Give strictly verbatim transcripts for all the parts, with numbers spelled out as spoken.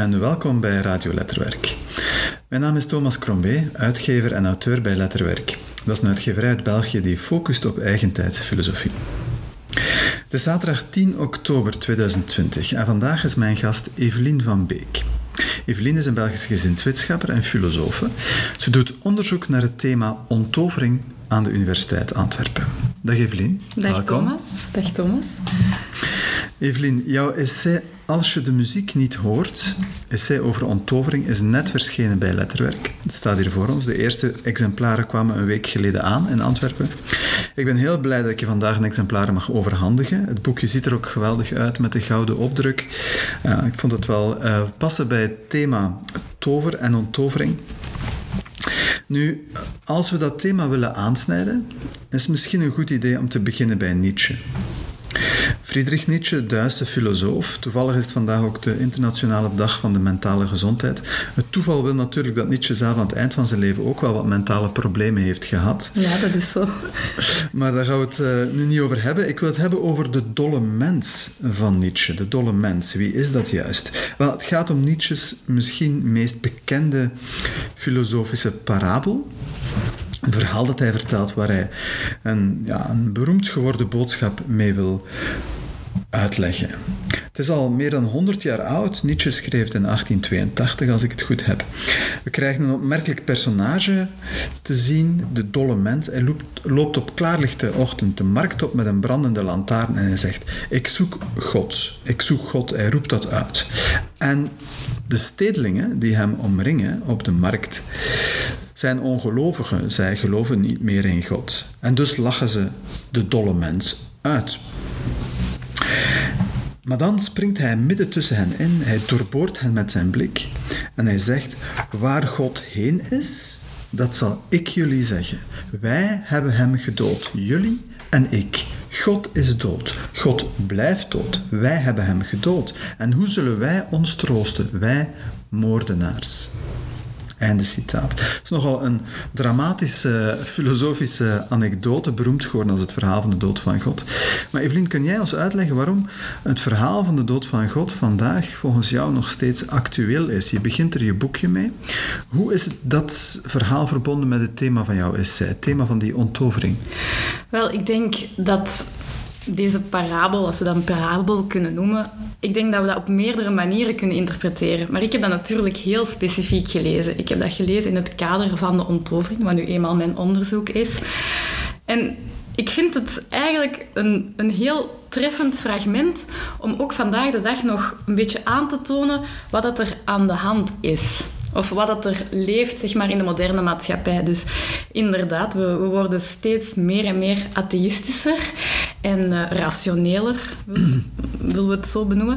en welkom bij Radio Letterwerk. Mijn naam is Thomas Crombé, uitgever en auteur bij Letterwerk. Dat is een uitgeverij uit België die focust op eigentijdse filosofie. Het is zaterdag tien oktober tweeduizend twintig en vandaag is mijn gast Evelien van Beek. Evelien is een Belgische gezinswetenschapper en filosofe. Ze doet onderzoek naar het thema onttovering aan de Universiteit Antwerpen. Dag Evelien. Dag welkom. Thomas. Dag Thomas. Evelien, jouw essay Als je de muziek niet hoort, essay over onttovering, is net verschenen bij Letterwerk. Het staat hier voor ons. De eerste exemplaren kwamen een week geleden aan in Antwerpen. Ik ben heel blij dat ik je vandaag een exemplaar mag overhandigen. Het boekje ziet er ook geweldig uit met de gouden opdruk. Uh, ik vond het wel uh, passen bij het thema tover en onttovering. Nu, als we dat thema willen aansnijden, is het misschien een goed idee om te beginnen bij Nietzsche. Friedrich Nietzsche, Duitse filosoof. Toevallig is het vandaag ook de internationale dag van de mentale gezondheid. Het toeval wil natuurlijk dat Nietzsche zelf aan het eind van zijn leven ook wel wat mentale problemen heeft gehad. Ja, dat is zo. Maar daar gaan we het uh, nu niet over hebben. Ik wil het hebben over de dolle mens van Nietzsche. De dolle mens. Wie is dat juist? Wel, het gaat om Nietzsche's misschien meest bekende filosofische parabel. Een verhaal dat hij vertelt waar hij een, ja, een beroemd geworden boodschap mee wil uitleggen. Het is al meer dan honderd jaar oud. Nietzsche schreef het in achttien tweeëntachtig, als ik het goed heb. We krijgen een opmerkelijk personage te zien, de dolle mens. Hij loopt, loopt op klaarlichte ochtend de markt op met een brandende lantaarn en hij zegt: ik zoek God. Ik zoek God. Hij roept dat uit. En de stedelingen die hem omringen op de markt zijn ongelovigen. Zij geloven niet meer in God. En dus lachen ze de dolle mens uit. Maar dan springt hij midden tussen hen in, hij doorboort hen met zijn blik en hij zegt: waar God heen is, dat zal ik jullie zeggen. Wij hebben hem gedood, jullie en ik. God is dood. God blijft dood. Wij hebben hem gedood. En hoe zullen wij ons troosten, wij moordenaars? Einde citaat. Het is nogal een dramatische, filosofische anekdote, beroemd geworden als het verhaal van de dood van God. Maar Evelien, kun jij ons uitleggen waarom het verhaal van de dood van God vandaag volgens jou nog steeds actueel is? Je begint er je boekje mee. Hoe is dat verhaal verbonden met het thema van jouw essay, het thema van die onttovering? Wel, ik denk dat deze parabel, als we dat een parabel kunnen noemen, ik denk dat we dat op meerdere manieren kunnen interpreteren. Maar ik heb dat natuurlijk heel specifiek gelezen. Ik heb dat gelezen in het kader van de onttovering, wat nu eenmaal mijn onderzoek is. En ik vind het eigenlijk een, een heel treffend fragment om ook vandaag de dag nog een beetje aan te tonen wat dat er aan de hand is. Of wat dat er leeft, zeg maar, in de moderne maatschappij. Dus inderdaad, we, we worden steeds meer en meer atheïstischer en uh, rationeler, willen we het zo benoemen.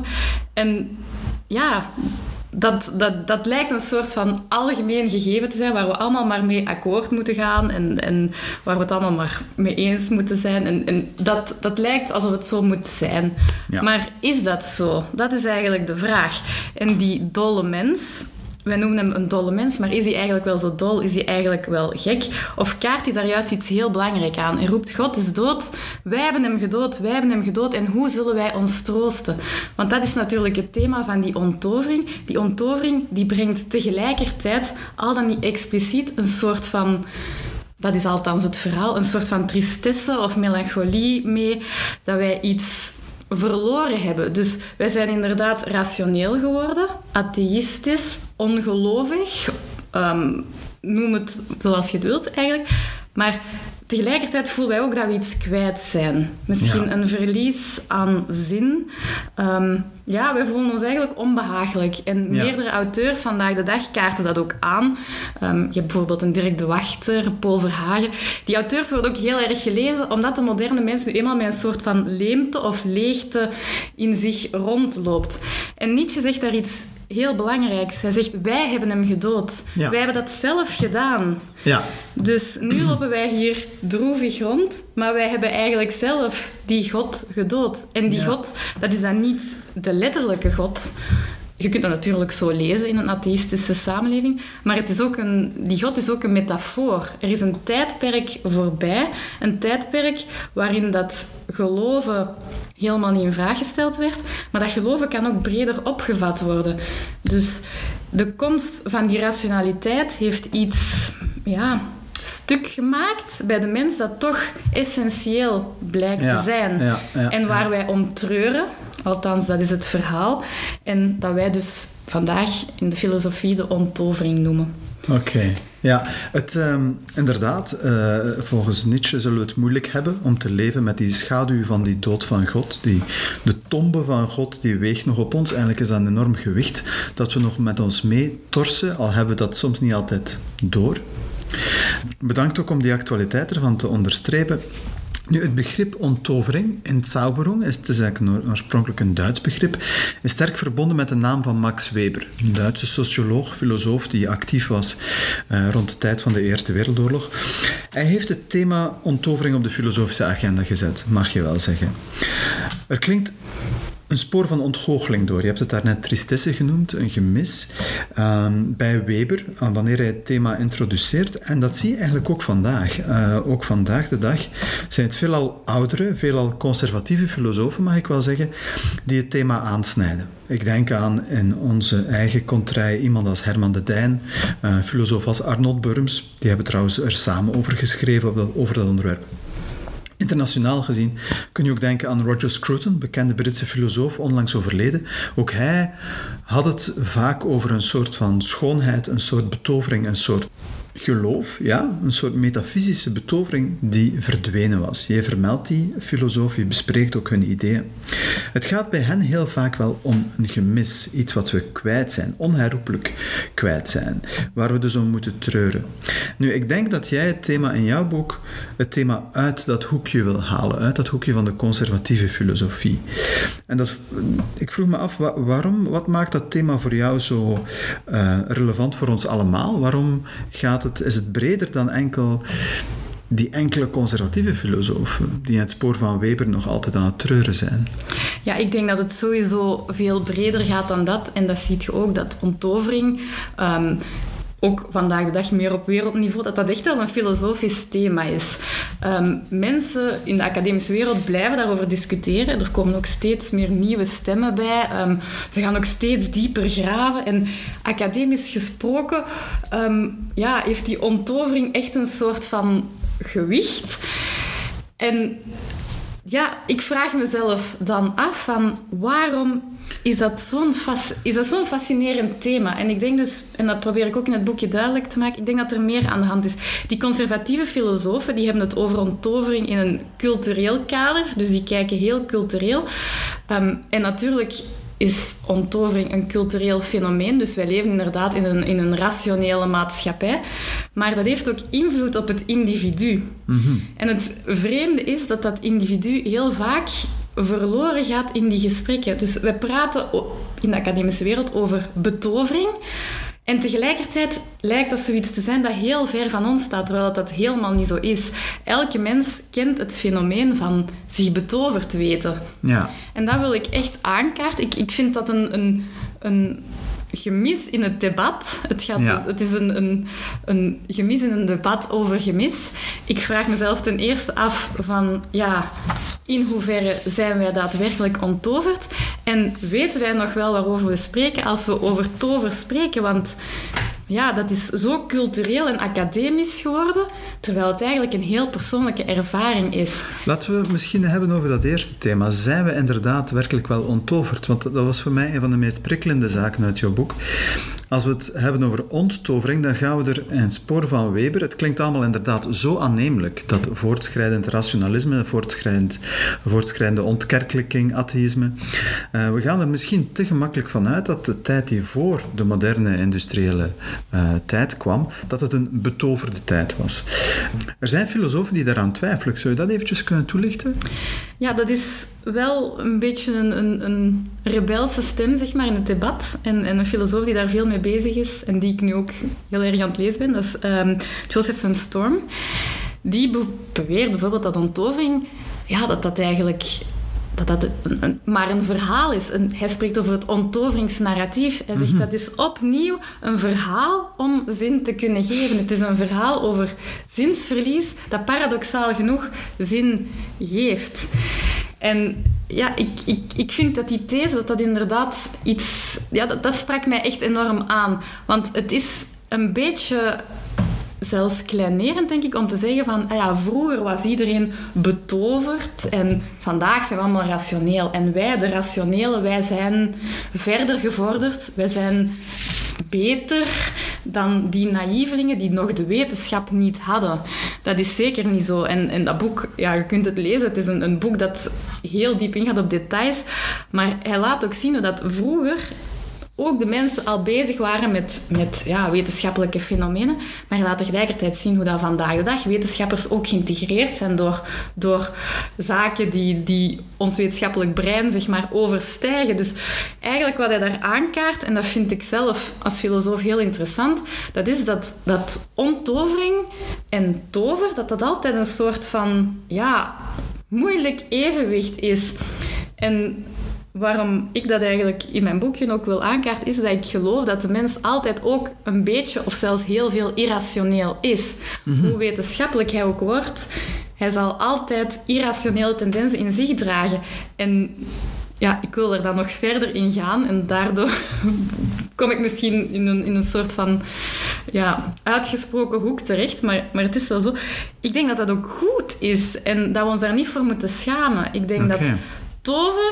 En ja, dat, dat, dat lijkt een soort van algemeen gegeven te zijn, waar we allemaal maar mee akkoord moeten gaan en, en waar we het allemaal maar mee eens moeten zijn. En, en dat, dat lijkt alsof het zo moet zijn. Ja. Maar is dat zo? Dat is eigenlijk de vraag. En die dolle mens, wij noemen hem een dolle mens, maar is hij eigenlijk wel zo dol? Is hij eigenlijk wel gek? Of kaart hij daar juist iets heel belangrijk aan? En roept: God is dood, wij hebben hem gedood, wij hebben hem gedood en hoe zullen wij ons troosten? Want dat is natuurlijk het thema van die onttovering. Die onttovering die brengt tegelijkertijd, al dan niet expliciet, een soort van... Dat is althans het verhaal, een soort van tristesse of melancholie mee, dat wij iets verloren hebben. Dus wij zijn inderdaad rationeel geworden, atheïstisch, ongelovig, um, noem het zoals je het wilt eigenlijk. Maar tegelijkertijd voelen wij ook dat we iets kwijt zijn. Misschien ja. een verlies aan zin. Um, ja, wij voelen ons eigenlijk onbehagelijk. En ja. meerdere auteurs vandaag de dag kaarten dat ook aan. Um, je hebt bijvoorbeeld een Dirk de Wachter, Paul Verhagen. Die auteurs worden ook heel erg gelezen, omdat de moderne mens nu eenmaal met een soort van leemte of leegte in zich rondloopt. En Nietzsche zegt daar iets heel belangrijks. Hij zegt: wij hebben hem gedood. Ja. Wij hebben dat zelf gedaan. Ja. Dus nu lopen wij hier droevig rond, maar wij hebben eigenlijk zelf die God gedood. En die ja. God, dat is dan niet de letterlijke God. Je kunt dat natuurlijk zo lezen in een atheïstische samenleving, maar het is ook een, die God is ook een metafoor. Er is een tijdperk voorbij, een tijdperk waarin dat geloven helemaal niet in vraag gesteld werd. Maar dat geloven kan ook breder opgevat worden. Dus de komst van die rationaliteit heeft iets ja, stuk gemaakt bij de mens dat toch essentieel blijkt ja, te zijn. Ja, ja, en waar ja. wij om treuren, althans dat is het verhaal, en dat wij dus vandaag in de filosofie de onttovering noemen. Oké, okay. ja. Het, um, inderdaad, uh, volgens Nietzsche zullen we het moeilijk hebben om te leven met die schaduw van die dood van God. Die, de tombe van God, die weegt nog op ons. Eigenlijk is dat een enorm gewicht dat we nog met ons mee torsen, al hebben we dat soms niet altijd door. Bedankt ook om die actualiteit ervan te onderstrepen. Nu, het begrip onttovering in Zauberung, is, het is eigenlijk oorspronkelijk een Duits begrip, is sterk verbonden met de naam van Max Weber, een Duitse socioloog, filosoof die actief was uh, rond de tijd van de Eerste Wereldoorlog. Hij heeft het thema onttovering op de filosofische agenda gezet, mag je wel zeggen. Er klinkt een spoor van ontgoocheling door. Je hebt het daarnet tristesse genoemd, een gemis. Uh, bij Weber, uh, wanneer hij het thema introduceert. En dat zie je eigenlijk ook vandaag. Uh, ook vandaag de dag zijn het veelal oudere, veelal conservatieve filosofen, mag ik wel zeggen, die het thema aansnijden. Ik denk aan in onze eigen contrij iemand als Herman de Dijn, uh, filosoof als Arnold Burms. Die hebben trouwens er samen over geschreven over dat, over dat onderwerp. Internationaal gezien kun je ook denken aan Roger Scruton, bekende Britse filosoof, onlangs overleden. Ook hij had het vaak over een soort van schoonheid, een soort betovering, een soort geloof, ja, een soort metafysische betovering die verdwenen was. Je vermeldt die filosoof, je bespreekt ook hun ideeën. Het gaat bij hen heel vaak wel om een gemis, iets wat we kwijt zijn, onherroepelijk kwijt zijn, waar we dus om moeten treuren. Nu, ik denk dat jij het thema in jouw boek, het thema uit dat hoekje wil halen, uit dat hoekje van de conservatieve filosofie. En dat, ik vroeg me af, waarom, wat maakt dat thema voor jou zo uh, relevant voor ons allemaal? Waarom gaat het, is het breder dan enkel die enkele conservatieve filosofen die in het spoor van Weber nog altijd aan het treuren zijn? Ja, ik denk dat het sowieso veel breder gaat dan dat. En dat zie je ook, dat onttovering, um, ook vandaag de dag meer op wereldniveau, dat dat echt wel een filosofisch thema is. Um, mensen in de academische wereld blijven daarover discussiëren. Er komen ook steeds meer nieuwe stemmen bij. Um, ze gaan ook steeds dieper graven. En academisch gesproken um, ja, heeft die onttovering echt een soort van gewicht. En ja, ik vraag mezelf dan af van waarom is dat zo'n, fas- is dat zo'n fascinerend thema? En ik denk dus, en dat probeer ik ook in het boekje duidelijk te maken, ik denk dat er meer aan de hand is. Die conservatieve filosofen, die hebben het over onttovering in een cultureel kader, dus die kijken heel cultureel. Um, en natuurlijk is onttovering een cultureel fenomeen. Dus wij leven inderdaad in een, in een rationele maatschappij. Maar dat heeft ook invloed op het individu. Mm-hmm. En het vreemde is dat dat individu heel vaak verloren gaat in die gesprekken. Dus we praten in de academische wereld over betovering. En tegelijkertijd lijkt dat zoiets te zijn dat heel ver van ons staat, terwijl dat helemaal niet zo is. Elke mens kent het fenomeen van zich betoverd weten. Ja. En dat wil ik echt aankaarten. Ik, ik vind dat een, een, een gemis in het debat. Het, gaat, ja. het is een, een, een gemis in een debat over gemis. Ik vraag mezelf ten eerste af van, ja, in hoeverre zijn wij daadwerkelijk onttoverd? En weten wij nog wel waarover we spreken als we over tover spreken? Want ja, dat is zo cultureel en academisch geworden, terwijl het eigenlijk een heel persoonlijke ervaring is. Laten we het misschien hebben over dat eerste thema. Zijn we inderdaad werkelijk wel onttoverd? Want dat was voor mij een van de meest prikkelende zaken uit jouw boek. Als we het hebben over onttovering, dan gaan we er in het spoor van Weber. Het klinkt allemaal inderdaad zo aannemelijk, dat voortschrijdend rationalisme, voortschrijdend, voortschrijdende ontkerkelijking, atheïsme. Uh, we gaan er misschien te gemakkelijk van uit dat de tijd die voor de moderne industriële uh, tijd kwam, dat het een betoverde tijd was. Er zijn filosofen die daaraan twijfelen. Zou je dat eventjes kunnen toelichten? Ja, dat is wel een beetje een, een, een rebelse stem, zeg maar, in het debat. En, en een filosoof die daar veel mee bezig is, en die ik nu ook heel erg aan het lezen ben, dat is um, Josephson Storm. Die be- beweert bijvoorbeeld dat onttovering, ja, dat dat eigenlijk dat dat een, een, maar een verhaal is. Een, hij spreekt over het onttoveringsnarratief. Hij zegt, mm-hmm. dat is opnieuw een verhaal om zin te kunnen geven. Het is een verhaal over zinsverlies dat paradoxaal genoeg zin geeft. En ja, ik, ik, ik vind dat die these, dat dat inderdaad iets... Ja, dat, dat sprak mij echt enorm aan. Want het is een beetje... zelfs kleinerend, denk ik, om te zeggen van... Ah ja, vroeger was iedereen betoverd en vandaag zijn we allemaal rationeel. En wij, de rationele, wij zijn verder gevorderd. Wij zijn beter dan die naïvelingen die nog de wetenschap niet hadden. Dat is zeker niet zo. En, en dat boek, ja, je kunt het lezen. Het is een, een boek dat heel diep ingaat op details. Maar hij laat ook zien hoe dat vroeger... ook de mensen al bezig waren met, met ja, wetenschappelijke fenomenen, maar laat tegelijkertijd zien hoe dat vandaag de dag wetenschappers ook geïntegreerd zijn door, door zaken die, die ons wetenschappelijk brein zeg maar, overstijgen. Dus eigenlijk wat hij daar aankaart, en dat vind ik zelf als filosoof heel interessant, dat is dat, dat onttovering en tover, dat dat altijd een soort van ja, moeilijk evenwicht is. En waarom ik dat eigenlijk in mijn boekje ook wil aankaarten, is dat ik geloof dat de mens altijd ook een beetje of zelfs heel veel irrationeel is. Mm-hmm. Hoe wetenschappelijk hij ook wordt, hij zal altijd irrationele tendensen in zich dragen. En ja, ik wil er dan nog verder in gaan en daardoor kom ik misschien in een, in een soort van ja, uitgesproken hoek terecht, maar, maar het is wel zo. Ik denk dat dat ook goed is en dat we ons daar niet voor moeten schamen. Ik denk okay. dat tover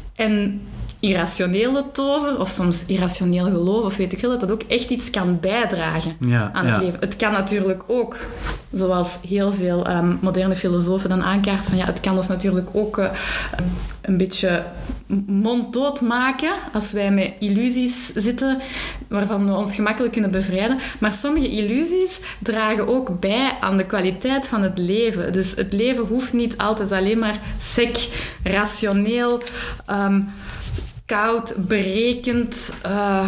en irrationele tover, of soms irrationeel geloof, of weet ik veel, dat dat ook echt iets kan bijdragen ja, aan het ja. leven. Het kan natuurlijk ook, zoals heel veel um, moderne filosofen dan aankaarten, van ja, het kan ons natuurlijk ook uh, een beetje monddood maken als wij met illusies zitten waarvan we ons gemakkelijk kunnen bevrijden. Maar sommige illusies dragen ook bij aan de kwaliteit van het leven. Dus het leven hoeft niet altijd alleen maar sec, rationeel, um, koud, berekend, uh,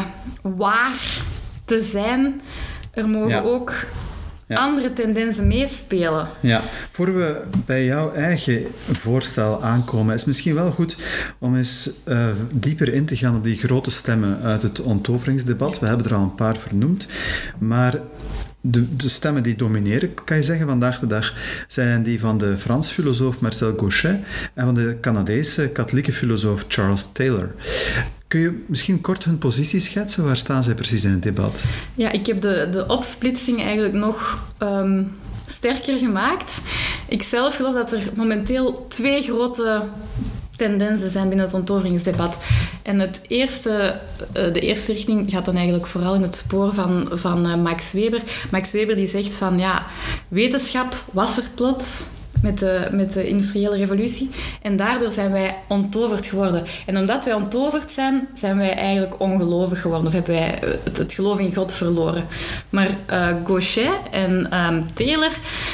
waar te zijn. Er mogen ja. ook ja. andere tendensen meespelen. Ja, voor we bij jouw eigen voorstel aankomen, is het misschien wel goed om eens uh, dieper in te gaan op die grote stemmen uit het onttoveringsdebat. We hebben er al een paar vernoemd, maar De, de stemmen die domineren, kan je zeggen, vandaag de dag, zijn die van de Franse filosoof Marcel Gauchet en van de Canadese katholieke filosoof Charles Taylor. Kun je misschien kort hun positie schetsen? Waar staan zij precies in het debat? Ja, ik heb de, de opsplitsing eigenlijk nog um, sterker gemaakt. Ik zelf geloof dat er momenteel twee grote tendensen zijn binnen het onttoveringsdebat. En het eerste, de eerste richting gaat dan eigenlijk vooral in het spoor van, van Max Weber. Max Weber die zegt van, ja, wetenschap was er plots met de, met de industriële revolutie en daardoor zijn wij onttoverd geworden. En omdat wij onttoverd zijn, zijn wij eigenlijk ongelovig geworden of hebben wij het, het geloof in God verloren. Maar uh, Gauchet en um, Taylor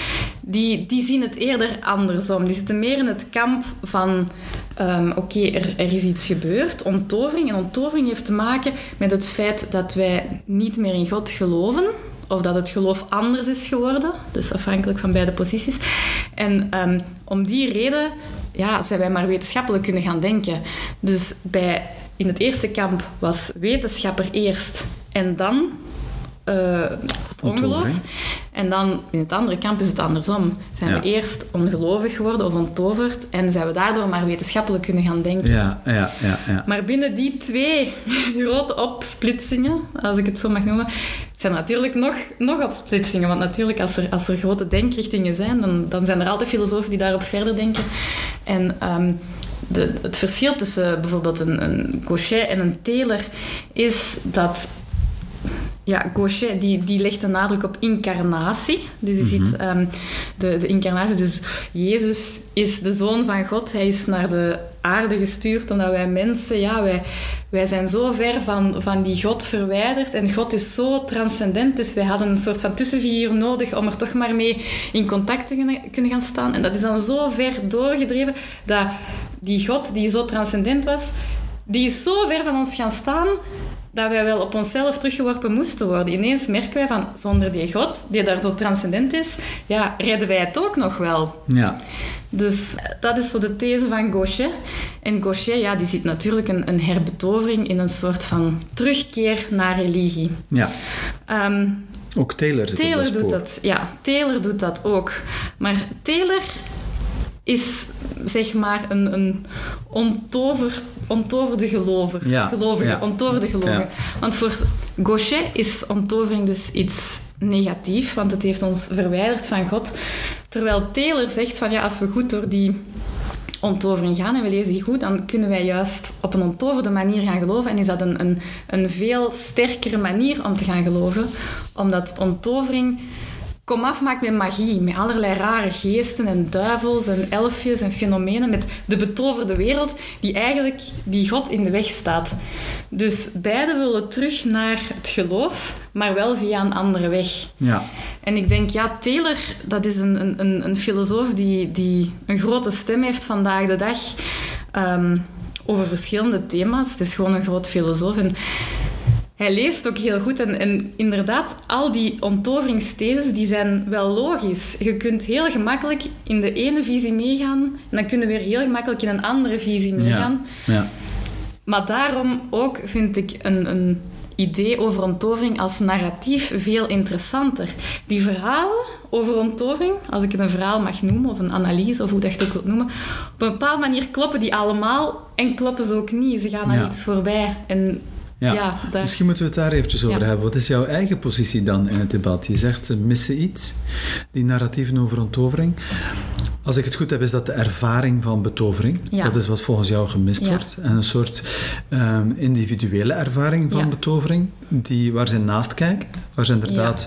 Die, die zien het eerder andersom. Die zitten meer in het kamp van... Um, Oké, okay, er, er is iets gebeurd. Onttovering. En onttovering heeft te maken met het feit dat wij niet meer in God geloven. Of dat het geloof anders is geworden. Dus afhankelijk van beide posities. En um, om die reden ja, zijn wij maar wetenschappelijk kunnen gaan denken. Dus bij, in het eerste kamp was wetenschapper eerst en dan... Uh, het ongeloof. En dan in het andere kamp is het andersom. Zijn ja. we eerst ongelovig geworden of onttoverd en zijn we daardoor maar wetenschappelijk kunnen gaan denken. Ja, ja, ja, ja. Maar binnen die twee grote opsplitsingen, als ik het zo mag noemen, zijn er natuurlijk nog, nog opsplitsingen. Want natuurlijk, als er, als er grote denkrichtingen zijn, dan, dan zijn er altijd filosofen die daarop verder denken. En... Um, de, het verschil tussen bijvoorbeeld een, een Gauchet en een Taylor is dat... Ja, Gauchet die, die legt de nadruk op incarnatie. Dus je mm-hmm. ziet um, de, de incarnatie. Dus Jezus is de Zoon van God. Hij is naar de aarde gestuurd omdat wij mensen... Ja, wij, wij zijn zo ver van, van die God verwijderd. En God is zo transcendent. Dus wij hadden een soort van tussenfiguur nodig om er toch maar mee in contact te kunnen, kunnen gaan staan. En dat is dan zo ver doorgedreven dat die God die zo transcendent was... Die is zo ver van ons gaan staan... dat wij wel op onszelf teruggeworpen moesten worden. Ineens merken wij van, zonder die God, die daar zo transcendent is, ja, redden wij het ook nog wel. Ja. Dus dat is zo de these van Gauchet. En Gauchet, ja, die ziet natuurlijk een, een herbetovering in een soort van terugkeer naar religie. Ja. Um, ook Taylor zit Taylor op dat doet spoor. dat, ja. Taylor doet dat ook. Maar Taylor... is zeg maar een, een ontover, ontoverde gelover. Ja, gelovige, ja. ontoverde gelovige. Ja. Want voor Gauchet is onttovering dus iets negatief, want het heeft ons verwijderd van God. Terwijl Taylor zegt van ja, als we goed door die onttovering gaan en we lezen die goed, dan kunnen wij juist op een onttoverde manier gaan geloven. En is dat een, een, een veel sterkere manier om te gaan geloven, omdat onttovering komaf maakt met magie, met allerlei rare geesten en duivels en elfjes en fenomenen, met de betoverde wereld die eigenlijk die God in de weg staat. Dus beide willen terug naar het geloof, maar wel via een andere weg. Ja. En ik denk, ja, Taylor, dat is een, een, een filosoof die, die een grote stem heeft vandaag de dag um, over verschillende thema's. Het is gewoon een groot filosoof. En hij leest ook heel goed. En, en inderdaad, al die onttoveringstheses, die zijn wel logisch. Je kunt heel gemakkelijk in de ene visie meegaan en dan kun je weer heel gemakkelijk in een andere visie meegaan. Ja. Ja. Maar daarom ook vind ik een, een idee over onttovering als narratief veel interessanter. Die verhalen over onttovering, als ik het een verhaal mag noemen, of een analyse, of hoe dat je het ook wilt noemen, op een bepaalde manier kloppen die allemaal en kloppen ze ook niet. Ze gaan aan Ja. iets voorbij. En Ja. ja, daar... Misschien moeten we het daar eventjes over Ja. hebben. Wat is jouw eigen positie dan in het debat? Je zegt ze missen iets, die narratieven over onttovering. Als ik het goed heb, is dat de ervaring van betovering. Ja. Dat is wat volgens jou gemist Ja. wordt. En een soort um, individuele ervaring van Ja. betovering, die, waar ze naast kijken. Waar ze inderdaad...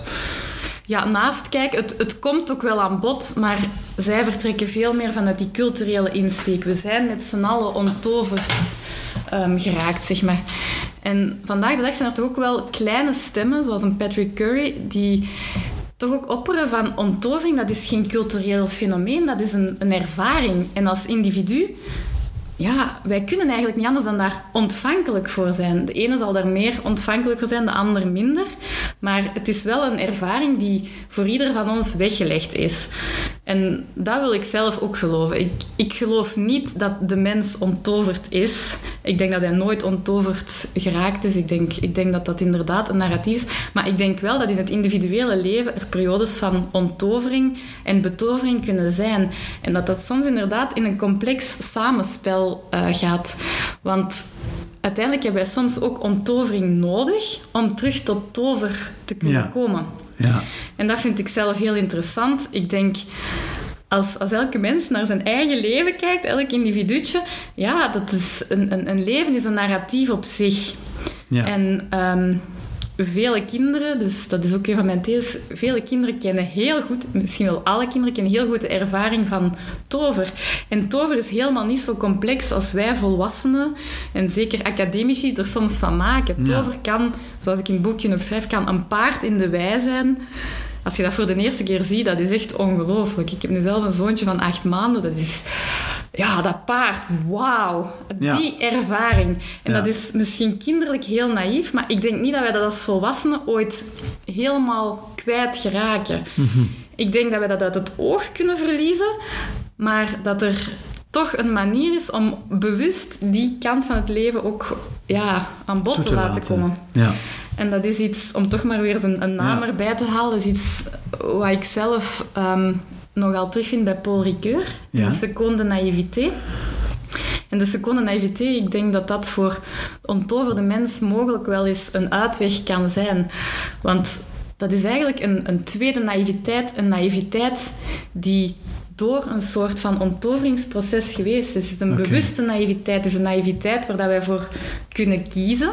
Ja, naast, kijk, het, het komt ook wel aan bod, maar zij vertrekken veel meer vanuit die culturele insteek. We zijn met z'n allen onttoverd um, geraakt, zeg maar. En vandaag de dag zijn er toch ook wel kleine stemmen, zoals een Patrick Curry, die toch ook opperen van onttovering, dat is geen cultureel fenomeen, dat is een, een ervaring. En als individu, ja, wij kunnen eigenlijk niet anders dan daar ontvankelijk voor zijn. De ene zal daar meer ontvankelijk voor zijn, de ander minder. Maar het is wel een ervaring die voor ieder van ons weggelegd is. En dat wil ik zelf ook geloven. Ik, ik geloof niet dat de mens onttoverd is. Ik denk dat hij nooit onttoverd geraakt is. Ik denk, ik denk dat dat inderdaad een narratief is. Maar ik denk wel dat in het individuele leven er periodes van onttovering en betovering kunnen zijn. En dat dat soms inderdaad in een complex samenspel uh, gaat. Want uiteindelijk hebben wij soms ook onttovering nodig om terug tot tover te kunnen Ja. komen. Ja. En dat vind ik zelf heel interessant. Ik denk, als, als elke mens naar zijn eigen leven kijkt, elk individuutje, ja, dat is een, een, een leven is een narratief op zich. Ja. En um, vele kinderen, dus dat is ook een van mijn theses, vele kinderen kennen heel goed, misschien wel alle kinderen, kennen heel goed de ervaring van tover. En tover is helemaal niet zo complex als wij volwassenen, en zeker academici, er soms van maken. Ja. Tover kan, zoals ik in het boekje ook schrijf, kan een paard in de wei zijn. Als je dat voor de eerste keer ziet, dat is echt ongelooflijk. Ik heb nu zelf een zoontje van acht maanden, dat is... Ja, dat paard, wauw. Ja. Die ervaring. En Ja. dat is misschien kinderlijk heel naïef, maar ik denk niet dat wij dat als volwassenen ooit helemaal kwijt geraken. Mm-hmm. Ik denk dat wij dat uit het oog kunnen verliezen, maar dat er toch een manier is om bewust die kant van het leven ook ja, aan bod Toe te, te laten, laten. komen. Ja. En dat is iets, om toch maar weer een, een naam Ja. erbij te halen, is iets wat ik zelf um, nogal terugvind bij Paul Ricoeur. Ja. De seconde naïvité. En de seconde naïvité, ik denk dat dat voor de onttoverde mens mogelijk wel eens een uitweg kan zijn. Want dat is eigenlijk een, een tweede naïviteit, een naïviteit die door een soort van onttoveringsproces geweest is. Het is een Oké. bewuste naïviteit. Het is een naïviteit waar dat wij voor kunnen kiezen.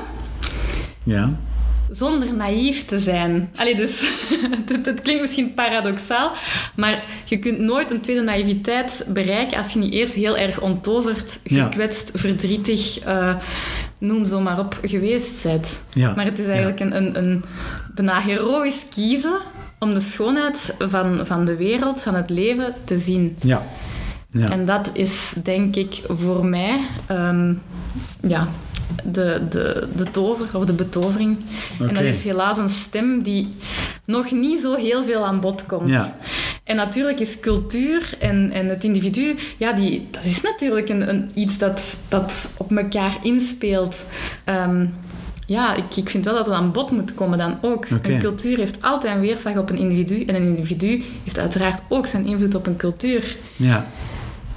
Ja. Zonder naïef te zijn. Allee, dus, het, het klinkt misschien paradoxaal, maar je kunt nooit een tweede naïviteit bereiken als je niet eerst heel erg onttoverd, Ja. gekwetst, verdrietig, uh, noem zo maar op, geweest bent. Ja. Maar het is eigenlijk een, een, een bijna heroïsch kiezen om de schoonheid van, van de wereld, van het leven, te zien. Ja. Ja. En dat is, denk ik, voor mij... Um, ja... De, de, de tover of de betovering. Okay. En dat is helaas een stem die nog niet zo heel veel aan bod komt. Ja. En natuurlijk is cultuur en, en het individu, ja, die, dat is natuurlijk een, een, iets dat, dat op elkaar inspeelt. Um, ja, ik, ik vind wel dat het aan bod moet komen dan ook. Okay. Een cultuur heeft altijd een weerslag op een individu en een individu heeft uiteraard ook zijn invloed op een cultuur. Ja.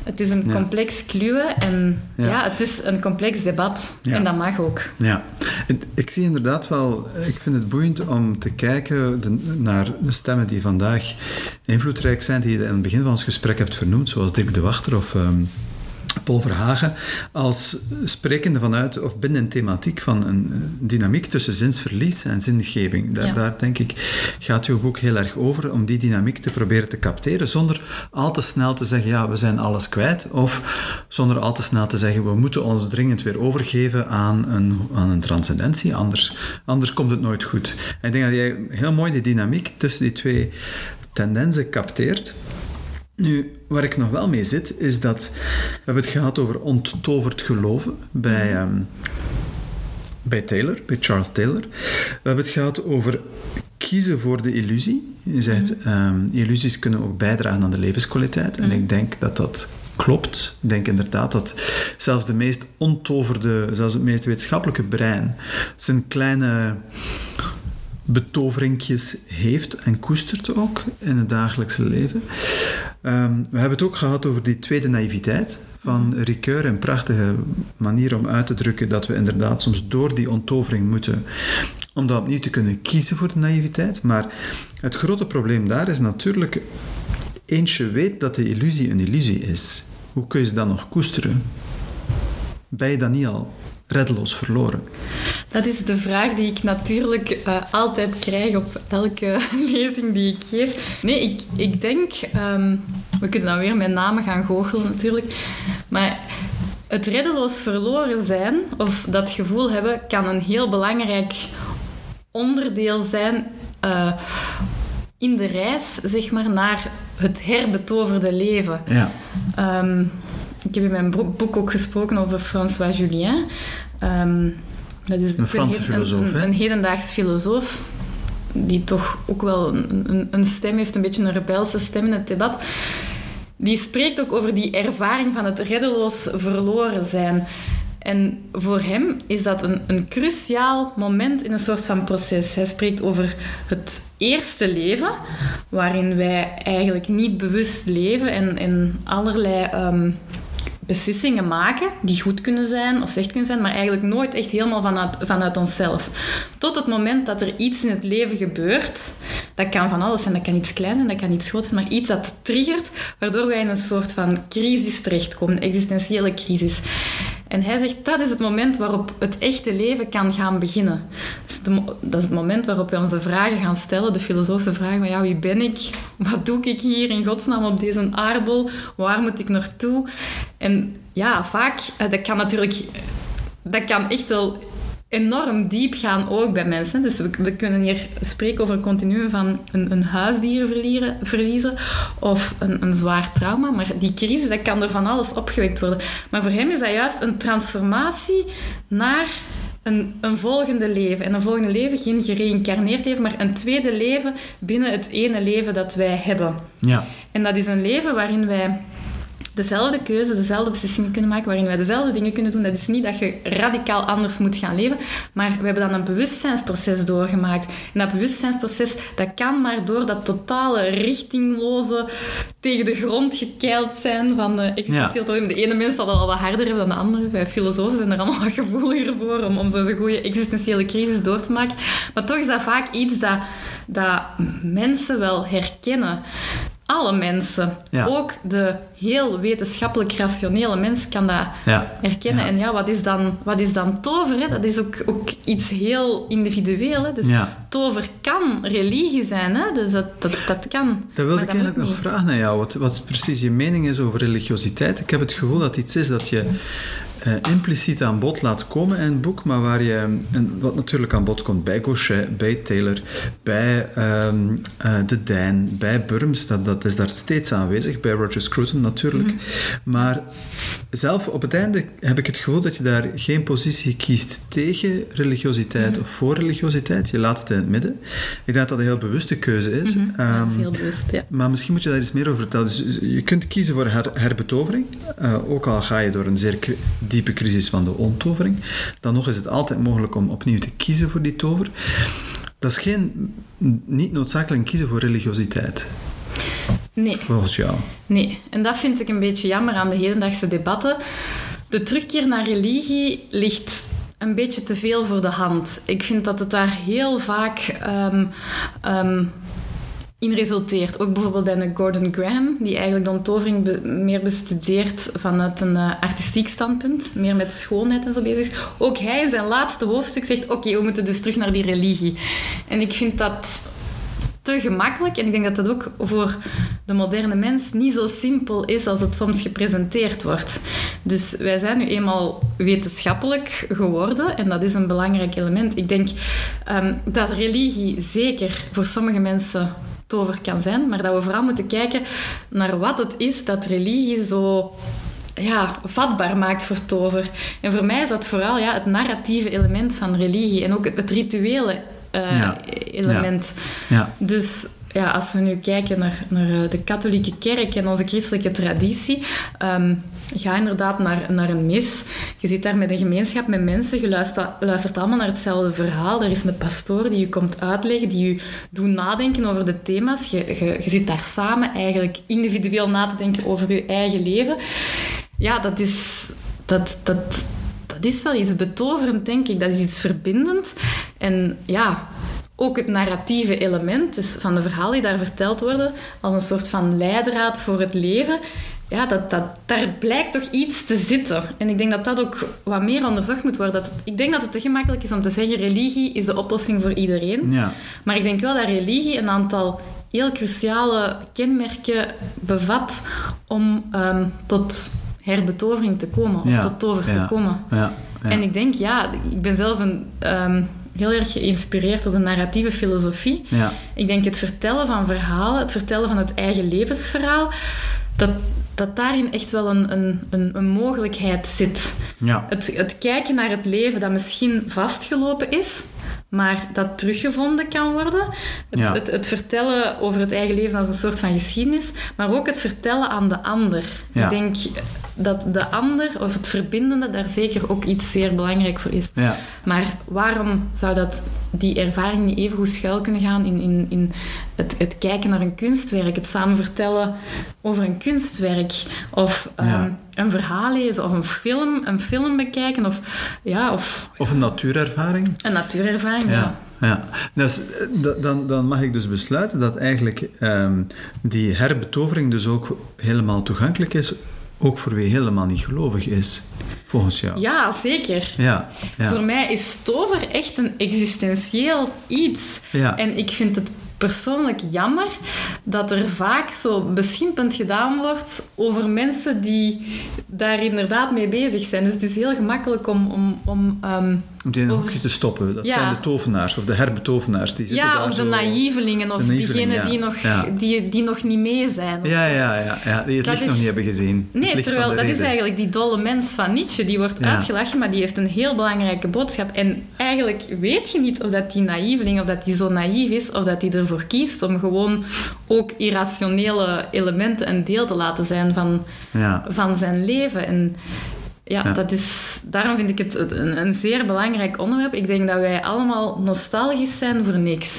Het is een Ja. complex kluwe en Ja. ja. het is een complex debat. Ja. En dat mag ook. Ja, En ik zie inderdaad wel, ik vind het boeiend om te kijken de, naar de stemmen die vandaag invloedrijk zijn, die je in het begin van ons gesprek hebt vernoemd, zoals Dirk de Wachter of um, Paul Verhagen, als sprekende vanuit of binnen een thematiek van een dynamiek tussen zinsverlies en zingeving. Daar, Ja. daar denk ik, gaat uw boek heel erg over, om die dynamiek te proberen te capteren, zonder al te snel te zeggen, ja, we zijn alles kwijt, of zonder al te snel te zeggen, we moeten ons dringend weer overgeven aan een, aan een transcendentie, anders, anders komt het nooit goed. En ik denk dat jij heel mooi die dynamiek tussen die twee tendensen capteert. Nu, waar ik nog wel mee zit, is dat we hebben het gehad over onttoverd geloven bij, um, bij Taylor, bij Charles Taylor. We hebben het gehad over kiezen voor de illusie. Je zegt, um, illusies kunnen ook bijdragen aan de levenskwaliteit. En ik denk dat dat klopt. Ik denk inderdaad dat zelfs de meest onttoverde, zelfs het meest wetenschappelijke brein zijn kleine betoveringjes heeft en koestert ook in het dagelijkse leven. Um, we hebben het ook gehad over die tweede naïviteit van Ricoeur, een prachtige manier om uit te drukken dat we inderdaad soms door die onttovering moeten, om dat opnieuw te kunnen kiezen voor de naïviteit. Maar het grote probleem daar is natuurlijk, eens je weet dat de illusie een illusie is, hoe kun je ze dan nog koesteren? Ben je dan niet al reddeloos verloren? Dat is de vraag die ik natuurlijk uh, altijd krijg op elke lezing die ik geef. Nee, ik, ik denk... Um, we kunnen dan weer met namen gaan goochelen natuurlijk. Maar het reddeloos verloren zijn, of dat gevoel hebben, kan een heel belangrijk onderdeel zijn uh, in de reis, zeg maar, naar het herbetoverde leven. Ja. Um, ik heb in mijn boek ook gesproken over François Julien. Um, dat is een Franse een, filosoof, een, hè? Een hedendaags filosoof, die toch ook wel een, een, een stem heeft, een beetje een rebelse stem in het debat. Die spreekt ook over die ervaring van het reddeloos verloren zijn. En voor hem is dat een, een cruciaal moment in een soort van proces. Hij spreekt over het eerste leven, waarin wij eigenlijk niet bewust leven en, en allerlei um, beslissingen maken die goed kunnen zijn of slecht kunnen zijn, maar eigenlijk nooit echt helemaal vanuit, vanuit onszelf. Tot het moment dat er iets in het leven gebeurt, dat kan van alles zijn, dat kan iets kleins zijn, dat kan iets groots zijn, maar iets dat triggert, waardoor wij in een soort van crisis terechtkomen, een existentiële crisis. En hij zegt, dat is het moment waarop het echte leven kan gaan beginnen. Dat is, de, dat is het moment waarop we onze vragen gaan stellen, de filosofische vragen van, ja, wie ben ik? Wat doe ik hier in godsnaam op deze aardbol? Waar moet ik naartoe? En ja, vaak, dat kan natuurlijk, dat kan echt wel enorm diep gaan ook bij mensen. Dus we, we kunnen hier spreken over een continuum van een, een huisdier verliezen, verliezen of een, een zwaar trauma. Maar die crisis, dat kan door van alles opgewekt worden. Maar voor hem is dat juist een transformatie naar een, een volgende leven. En een volgende leven, geen gereïncarneerd leven, maar een tweede leven binnen het ene leven dat wij hebben. Ja. En dat is een leven waarin wij dezelfde keuze, dezelfde beslissingen kunnen maken, waarin wij dezelfde dingen kunnen doen. Dat is niet dat je radicaal anders moet gaan leven, maar we hebben dan een bewustzijnsproces doorgemaakt. En dat bewustzijnsproces, dat kan maar door dat totale richtingloze, tegen de grond gekeild zijn van de existentieel probleem. De ene mens zal dat al wat harder hebben dan de andere. Wij filosofen zijn er allemaal wat gevoeliger voor om, om zo'n goede existentiële crisis door te maken. Maar toch is dat vaak iets dat, dat mensen wel herkennen. Alle mensen, ja. Ook de heel wetenschappelijk rationele mens kan dat ja. herkennen. Ja. En ja, wat is dan, wat is dan tover? Hè? Dat is ook, ook iets heel individueel. Hè? Dus ja. tover kan religie zijn, hè? Dus dat, dat, dat kan. Dat wilde ik eigenlijk nog vragen aan jou, wat, wat precies je mening is over religiositeit. Ik heb het gevoel dat iets is dat je Uh, impliciet aan bod laat komen in het boek, maar waar je, en wat natuurlijk aan bod komt bij Gauchet, bij Taylor, bij um, uh, de Dijn, bij Burns, dat, dat is daar steeds aanwezig, bij Roger Scruton natuurlijk. Mm-hmm. Maar zelf op het einde heb ik het gevoel dat je daar geen positie kiest tegen religiositeit mm-hmm. of voor religiositeit. Je laat het in het midden. Ik denk dat dat een heel bewuste keuze is. Mm-hmm. Um, dat is heel bewust, ja. Maar misschien moet je daar iets meer over vertellen. Dus je kunt kiezen voor her- herbetovering, uh, ook al ga je door een zeer diepe crisis van de onttovering. Dan nog is het altijd mogelijk om opnieuw te kiezen voor die tover. Dat is geen, niet noodzakelijk kiezen voor religiositeit. Nee. Volgens jou? Nee. En dat vind ik een beetje jammer aan de hedendaagse debatten. De terugkeer naar religie ligt een beetje te veel voor de hand. Ik vind dat het daar heel vaak um, um, in resulteert. Ook bijvoorbeeld bij een Gordon Graham, die eigenlijk de onttovering be- meer bestudeert vanuit een uh, artistiek standpunt, meer met schoonheid en zo bezig is. Ook hij in zijn laatste hoofdstuk zegt, oké, okay, we moeten dus terug naar die religie. En ik vind dat te gemakkelijk. En ik denk dat dat ook voor de moderne mens niet zo simpel is als het soms gepresenteerd wordt. Dus wij zijn nu eenmaal wetenschappelijk geworden en dat is een belangrijk element. Ik denk um, dat religie zeker voor sommige mensen tover kan zijn, maar dat we vooral moeten kijken naar wat het is dat religie zo ja, vatbaar maakt voor tover. En voor mij is dat vooral ja, het narratieve element van religie en ook het, het rituele Uh, ja. element. Ja. Ja. Dus ja, als we nu kijken naar, naar de katholieke kerk en onze christelijke traditie, um, ga inderdaad naar, naar een mis. Je zit daar met een gemeenschap met mensen, je luistert, luistert allemaal naar hetzelfde verhaal. Er is een pastoor die je komt uitleggen, die je doet nadenken over de thema's. Je, je, je zit daar samen eigenlijk individueel na te denken over je eigen leven. Ja, dat is... Dat, dat, Dat is wel iets betoverend, denk ik. Dat is iets verbindend. En ja, ook het narratieve element, dus van de verhalen die daar verteld worden, als een soort van leidraad voor het leven, ja, dat, dat, daar blijkt toch iets te zitten. En ik denk dat dat ook wat meer onderzocht moet worden. Dat het, ik denk dat het te gemakkelijk is om te zeggen, religie is de oplossing voor iedereen. Ja. Maar ik denk wel dat religie een aantal heel cruciale kenmerken bevat om um, tot herbetovering te komen, of ja, tot tover ja, te komen. Ja, ja. En ik denk, ja, ik ben zelf een, um, heel erg geïnspireerd door de narratieve filosofie. Ja. Ik denk het vertellen van verhalen, het vertellen van het eigen levensverhaal, dat, dat daarin echt wel een, een, een, een mogelijkheid zit. Ja. Het, het kijken naar het leven dat misschien vastgelopen is, maar dat teruggevonden kan worden. Het, ja. het, het vertellen over het eigen leven als een soort van geschiedenis, maar ook het vertellen aan de ander. Ja. Ik denk dat de ander, of het verbindende, daar zeker ook iets zeer belangrijk voor is. Ja. Maar waarom zou dat, die ervaring niet even goed schuil kunnen gaan in, in, in het, het kijken naar een kunstwerk, het samen vertellen over een kunstwerk, of um, ja. een verhaal lezen, of een film, een film bekijken, of... Ja, of, of een natuurervaring. Een natuurervaring, ja. ja. Ja, dus, dan, dan mag ik dus besluiten dat eigenlijk um, die herbetovering dus ook helemaal toegankelijk is, ook voor wie helemaal niet gelovig is, volgens jou. Ja, zeker. Ja, ja. Voor mij is tover echt een existentieel iets. Ja. En ik vind het persoonlijk jammer dat er vaak zo beschimpend gedaan wordt over mensen die daar inderdaad mee bezig zijn. Dus het is heel gemakkelijk om... om, om um, om die in een hoekje te stoppen. Dat ja. zijn de tovenaars of de herbetovenaars. Die zitten ja, daar of de zo... naïvelingen of de diegenen ja. die, nog, ja. die, die nog niet mee zijn. Of... Ja, ja, ja, ja, die het dat licht is... nog niet hebben gezien. Nee, terwijl dat reden. Is eigenlijk die dolle mens van Nietzsche. Die wordt ja. uitgelachen, maar die heeft een heel belangrijke boodschap. En eigenlijk weet je niet of dat die naïveling, of dat die zo naïef is, of dat die ervoor kiest om gewoon ook irrationele elementen een deel te laten zijn van, ja. van zijn leven. En ja, ja. Dat is, daarom vind ik het een, een zeer belangrijk onderwerp. Ik denk dat wij allemaal nostalgisch zijn voor niks.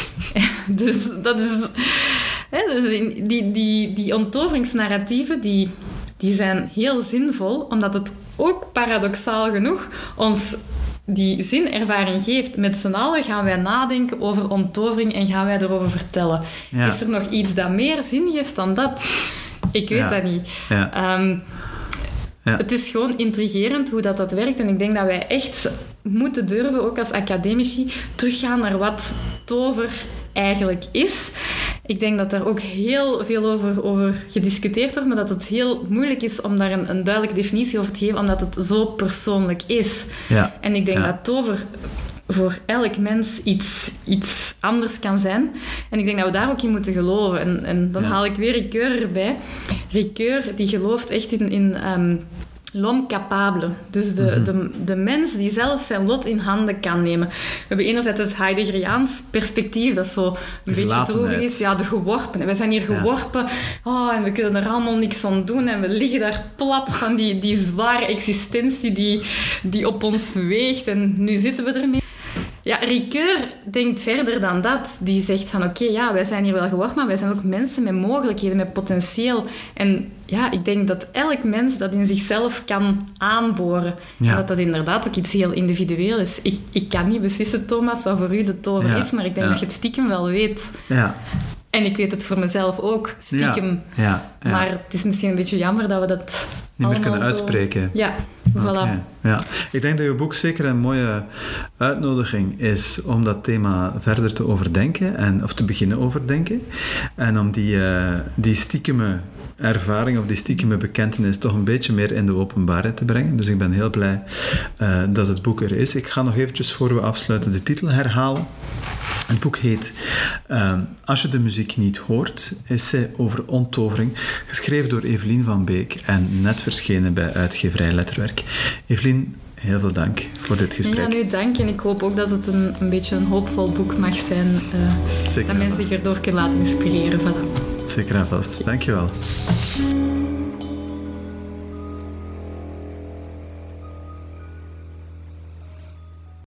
Dus dat is... Hè, dus die, die, die onttoveringsnarratieven, die, die zijn heel zinvol, omdat het ook paradoxaal genoeg ons die zinervaring geeft. Met z'n allen gaan wij nadenken over onttovering en gaan wij erover vertellen. Ja. Is er nog iets dat meer zin geeft dan dat? Ik weet ja. dat niet. Ja. Um, Ja. Het is gewoon intrigerend hoe dat, dat werkt. En ik denk dat wij echt moeten durven, ook als academici, teruggaan naar wat tover eigenlijk is. Ik denk dat daar ook heel veel over, over gediscuteerd wordt, maar dat het heel moeilijk is om daar een, een duidelijke definitie over te geven, omdat het zo persoonlijk is. Ja. En ik denk ja. dat tover voor elk mens iets, iets anders kan zijn. En ik denk dat we daar ook in moeten geloven. En, en dan ja. haal ik weer Ricoeur erbij. Ricoeur, die gelooft echt in... in um, l'homme capable. Dus de, mm-hmm. de, de mens die zelf zijn lot in handen kan nemen. We hebben enerzijds het Heideggeriaans perspectief, dat zo een beetje droevig is. Ja, de geworpen. Wij zijn hier geworpen. Ja. Oh, en we kunnen er allemaal niks aan doen. En we liggen daar plat van die, die zware existentie die, die op ons weegt. En nu zitten we ermee. Ja, Ricoeur denkt verder dan dat. Die zegt van, oké, okay, ja, wij zijn hier wel geworpen, maar wij zijn ook mensen met mogelijkheden, met potentieel. En ja, ik denk dat elk mens dat in zichzelf kan aanboren. Ja. En dat dat inderdaad ook iets heel individueel is. Ik, ik kan niet beslissen, Thomas, wat voor u de tover ja. is, maar ik denk ja. dat je het stiekem wel weet. Ja. En ik weet het voor mezelf ook, stiekem. Ja. Ja. Ja. Maar het is misschien een beetje jammer dat we dat niet meer kunnen zo... uitspreken. Ja, voilà. Okay. Ja. Ik denk dat je boek zeker een mooie uitnodiging is om dat thema verder te overdenken, en, of te beginnen overdenken. En om die, uh, die stiekeme ervaring of die stiekeme bekentenis toch een beetje meer in de openbaarheid te brengen. Dus ik ben heel blij uh, dat het boek er is. Ik ga nog eventjes, voor we afsluiten, de titel herhalen. Het boek heet uh, Als je de muziek niet hoort, essay over onttovering, geschreven door Evelien van Beek en net verschenen bij uitgeverij Letterwerk. Evelien, heel veel dank voor dit gesprek. Ja, nu dank. En ik hoop ook dat het een, een beetje een hoopvol boek mag zijn. Uh, dat mensen zich erdoor kunnen laten inspireren. Voilà. Zeker en vast. Dank je wel.